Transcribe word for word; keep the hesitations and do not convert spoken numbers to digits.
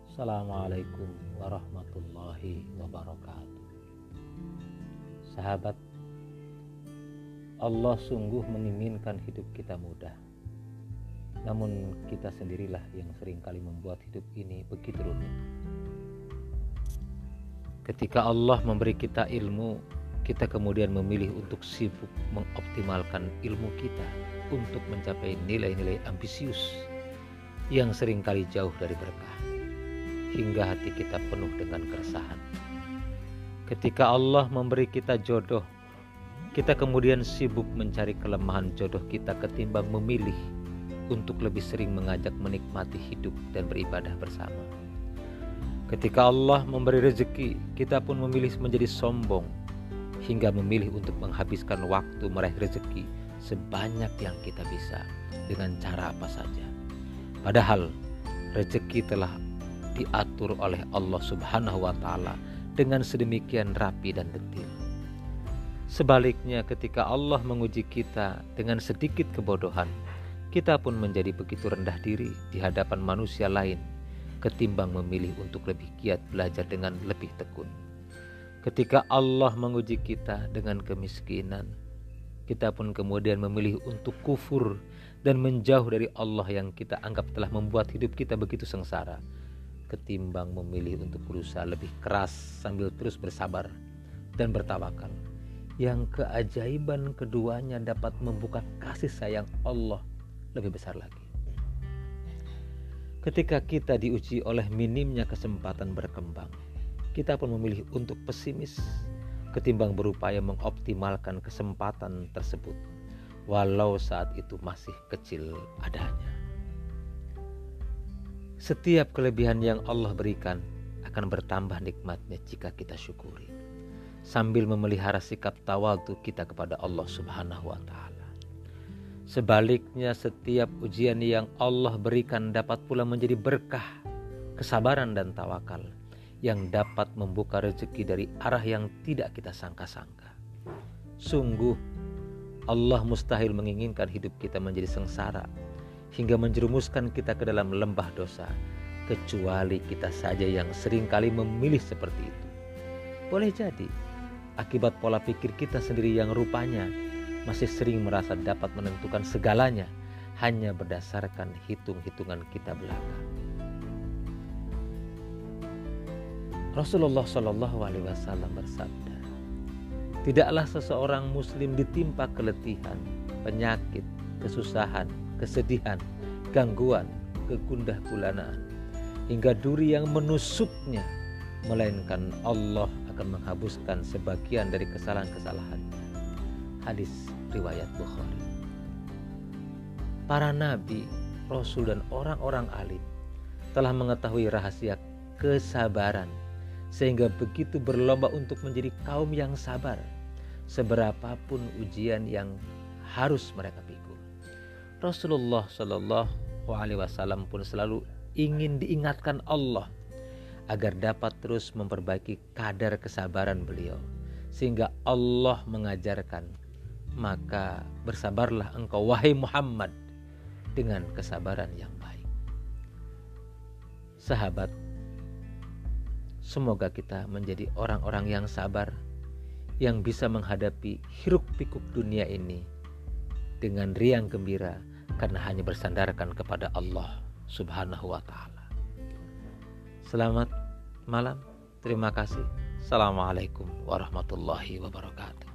Assalamualaikum warahmatullahi wabarakatuh. Sahabat, Allah sungguh menginginkan hidup kita mudah. Namun kita sendirilah yang seringkali membuat hidup ini begitu rumit. Ketika Allah memberi kita ilmu, kita kemudian memilih untuk sibuk mengoptimalkan ilmu kita untuk mencapai nilai-nilai ambisius yang seringkali jauh dari berkah, hingga hati kita penuh dengan keresahan. Ketika Allah memberi kita jodoh, kita kemudian sibuk mencari kelemahan jodoh kita ketimbang memilih untuk lebih sering mengajak menikmati hidup dan beribadah bersama. Ketika Allah memberi rezeki, kita pun memilih menjadi sombong hingga memilih untuk menghabiskan waktu meraih rezeki sebanyak yang kita bisa dengan cara apa saja. Padahal rezeki telah diatur oleh Allah Subhanahu wa Ta'ala dengan sedemikian rapi dan detil. Sebaliknya, ketika Allah menguji kita dengan sedikit kebodohan, kita pun menjadi begitu rendah diri di hadapan manusia lain ketimbang memilih untuk lebih giat belajar dengan lebih tekun. Ketika Allah menguji kita dengan kemiskinan, kita pun kemudian memilih untuk kufur dan menjauh dari Allah yang kita anggap telah membuat hidup kita begitu sengsara, ketimbang memilih untuk berusaha lebih keras sambil terus bersabar dan bertawakal, yang keajaiban keduanya dapat membuka kasih sayang Allah lebih besar lagi. Ketika kita diuji oleh minimnya kesempatan berkembang, kita pun memilih untuk pesimis ketimbang berupaya mengoptimalkan kesempatan tersebut, walau saat itu masih kecil adanya. Setiap kelebihan yang Allah berikan akan bertambah nikmatnya jika kita syukuri, sambil memelihara sikap tawadhu kita kepada Allah Subhanahu wa Ta'ala. Sebaliknya, setiap ujian yang Allah berikan dapat pula menjadi berkah, kesabaran dan tawakal yang dapat membuka rezeki dari arah yang tidak kita sangka-sangka. Sungguh, Allah mustahil menginginkan hidup kita menjadi sengsara hingga menjerumuskan kita ke dalam lembah dosa, kecuali kita saja yang seringkali memilih seperti itu. Boleh jadi akibat pola pikir kita sendiri yang rupanya masih sering merasa dapat menentukan segalanya hanya berdasarkan hitung-hitungan kita belaka. Rasulullah Shallallahu Alaihi Wasallam bersabda, tidaklah seseorang muslim ditimpa keletihan, penyakit, kesusahan, kesedihan, gangguan, kegundah gulanaan, hingga duri yang menusuknya, melainkan Allah akan menghapuskan sebagian dari kesalahan-kesalahannya. Hadis riwayat Bukhari. Para nabi, rasul dan orang-orang alim telah mengetahui rahasia kesabaran, sehingga begitu berlomba untuk menjadi kaum yang sabar seberapapun ujian yang harus mereka pikul. Rasulullah Shallallahu Alaihi Wasallam pun selalu ingin diingatkan Allah agar dapat terus memperbaiki kadar kesabaran beliau, sehingga Allah mengajarkan, maka bersabarlah engkau wahai Muhammad dengan kesabaran yang baik. Sahabat, semoga kita menjadi orang-orang yang sabar, yang bisa menghadapi hiruk pikuk dunia ini dengan riang gembira karena hanya bersandarkan kepada Allah Subhanahu wa Ta'ala. Selamat malam, terima kasih. Assalamualaikum warahmatullahi wabarakatuh.